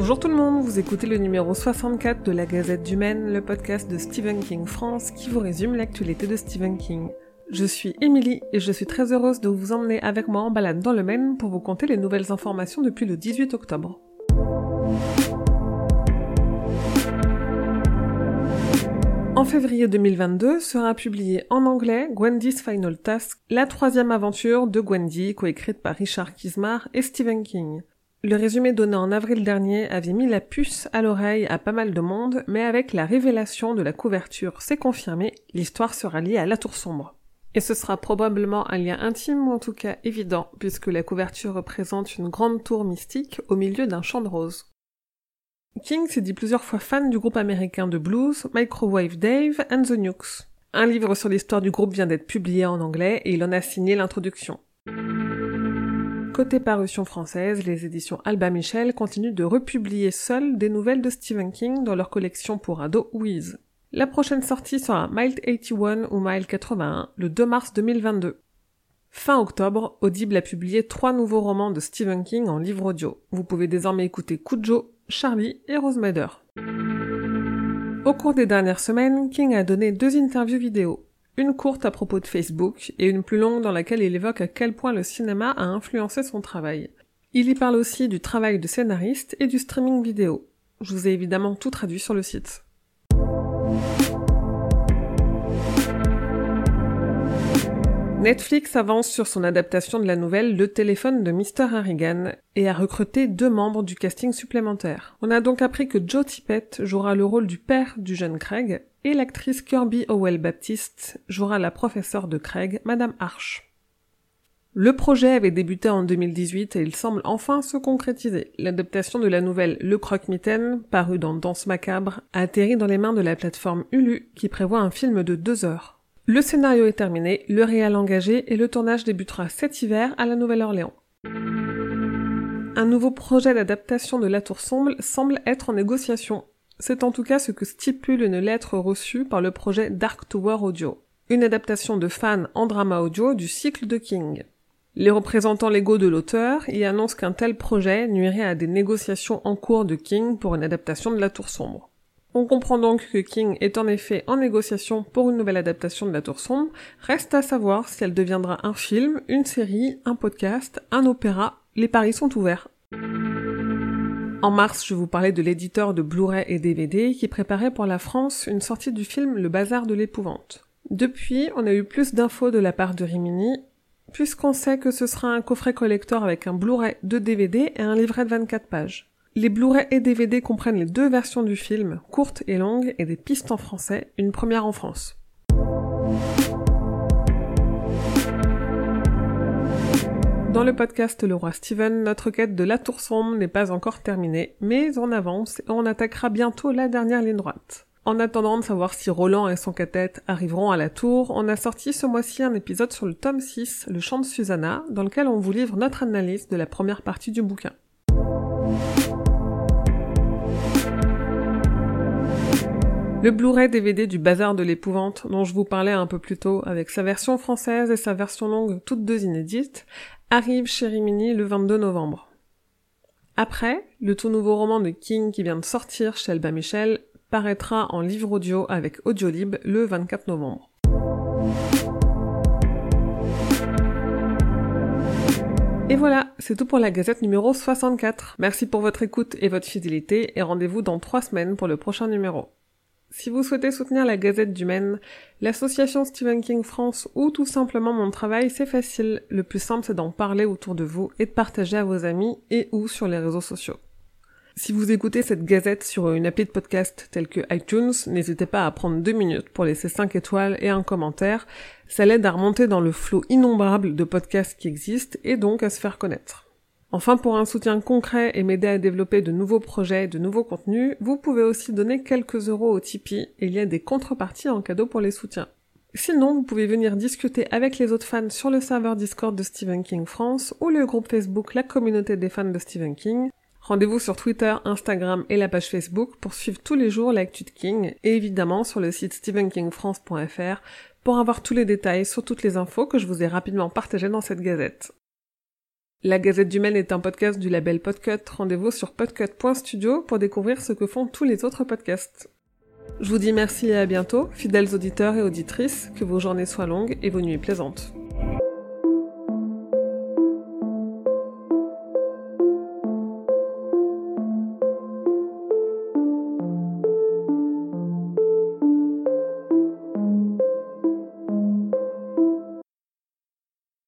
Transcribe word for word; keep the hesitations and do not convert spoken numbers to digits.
Bonjour tout le monde, vous écoutez le numéro soixante-quatre de la Gazette du Maine, le podcast de Stephen King France qui vous résume l'actualité de Stephen King. Je suis Émilie et je suis très heureuse de vous emmener avec moi en balade dans le Maine pour vous conter les nouvelles informations depuis le dix-huit octobre. En février deux mille vingt-deux sera publié en anglais Gwendy's Final Task, la troisième aventure de Gwendy, coécrite par Richard Kismar et Stephen King. Le résumé donné en avril dernier avait mis la puce à l'oreille à pas mal de monde, mais avec la révélation de la couverture, c'est confirmé, l'histoire sera liée à la Tour Sombre. Et ce sera probablement un lien intime ou en tout cas évident, puisque la couverture représente une grande tour mystique au milieu d'un champ de roses. King s'est dit plusieurs fois fan du groupe américain de blues Microwave Dave and the Nukes. Un livre sur l'histoire du groupe vient d'être publié en anglais et il en a signé l'introduction. Côté parution française, les éditions Albin Michel continuent de republier seules des nouvelles de Stephen King dans leur collection pour ados Wiz. La prochaine sortie sera Mile quatre-vingt-un ou Mile quatre-vingt-un, le deux mars deux mille vingt-deux. Fin octobre, Audible a publié trois nouveaux romans de Stephen King en livre audio. Vous pouvez désormais écouter Cujo, Charlie et Rosemader. Au cours des dernières semaines, King a donné deux interviews vidéo. Une courte à propos de Facebook et une plus longue dans laquelle il évoque à quel point le cinéma a influencé son travail. Il y parle aussi du travail de scénariste et du streaming vidéo. Je vous ai évidemment tout traduit sur le site. Netflix avance sur son adaptation de la nouvelle Le téléphone de mister Harrigan et a recruté deux membres du casting supplémentaire. On a donc appris que Joe Tippett jouera le rôle du père du jeune Craig et l'actrice Kirby Howell-Baptiste jouera la professeure de Craig, Madame Arch. Le projet avait débuté en deux mille dix-huit et il semble enfin se concrétiser. L'adaptation de la nouvelle Le Croque-Mitaine, parue dans Danse macabre, a atterri dans les mains de la plateforme Hulu qui prévoit un film de deux heures. Le scénario est terminé, le réal engagé et le tournage débutera cet hiver à la Nouvelle-Orléans. Un nouveau projet d'adaptation de La Tour Sombre semble être en négociation. C'est en tout cas ce que stipule une lettre reçue par le projet Dark Tower Audio, une adaptation de fans en drama audio du cycle de King. Les représentants légaux de l'auteur y annoncent qu'un tel projet nuirait à des négociations en cours de King pour une adaptation de La Tour Sombre. On comprend donc que King est en effet en négociation pour une nouvelle adaptation de La Tour Sombre, reste à savoir si elle deviendra un film, une série, un podcast, un opéra, les paris sont ouverts. En mars, je vous parlais de l'éditeur de Blu-ray et D V D qui préparait pour la France une sortie du film Le Bazar de l'Épouvante. Depuis, on a eu plus d'infos de la part de Rimini, puisqu'on sait que ce sera un coffret collector avec un Blu-ray, deux D V D et un livret de vingt-quatre pages. Les Blu-ray et D V D comprennent les deux versions du film, courtes et longues, et des pistes en français, une première en France. Dans le podcast Le Roi Steven, notre quête de La Tour Sombre n'est pas encore terminée, mais on avance et on attaquera bientôt la dernière ligne droite. En attendant de savoir si Roland et son cathète arriveront à la tour, on a sorti ce mois-ci un épisode sur le tome six, Le Chant de Susanna, dans lequel on vous livre notre analyse de la première partie du bouquin. Le Blu-ray D V D du Bazar de l'Épouvante, dont je vous parlais un peu plus tôt, avec sa version française et sa version longue, toutes deux inédites, arrive chez Rimini le vingt-deux novembre. Après, le tout nouveau roman de King qui vient de sortir chez Albin Michel paraîtra en livre audio avec Audiolib le vingt-quatre novembre. Et voilà, c'est tout pour la Gazette numéro soixante-quatre. Merci pour votre écoute et votre fidélité et rendez-vous dans trois semaines pour le prochain numéro. Si vous souhaitez soutenir la Gazette du Maine, l'association Stephen King France ou tout simplement mon travail, c'est facile. Le plus simple, c'est d'en parler autour de vous et de partager à vos amis et ou sur les réseaux sociaux. Si vous écoutez cette gazette sur une appli de podcast telle que iTunes, n'hésitez pas à prendre deux minutes pour laisser cinq étoiles et un commentaire. Ça l'aide à remonter dans le flot innombrable de podcasts qui existent et donc à se faire connaître. Enfin, pour un soutien concret et m'aider à développer de nouveaux projets et de nouveaux contenus, vous pouvez aussi donner quelques euros au Tipeee et il y a des contreparties en cadeau pour les soutiens. Sinon, vous pouvez venir discuter avec les autres fans sur le serveur Discord de Stephen King France ou le groupe Facebook La Communauté des fans de Stephen King. Rendez-vous sur Twitter, Instagram et la page Facebook pour suivre tous les jours l'actu de King et évidemment sur le site stephen king france point f r pour avoir tous les détails sur toutes les infos que je vous ai rapidement partagées dans cette gazette. La Gazette du Maine est un podcast du label Podcut. Rendez-vous sur podcut point studio pour découvrir ce que font tous les autres podcasts. Je vous dis merci et à bientôt, fidèles auditeurs et auditrices, que vos journées soient longues et vos nuits plaisantes.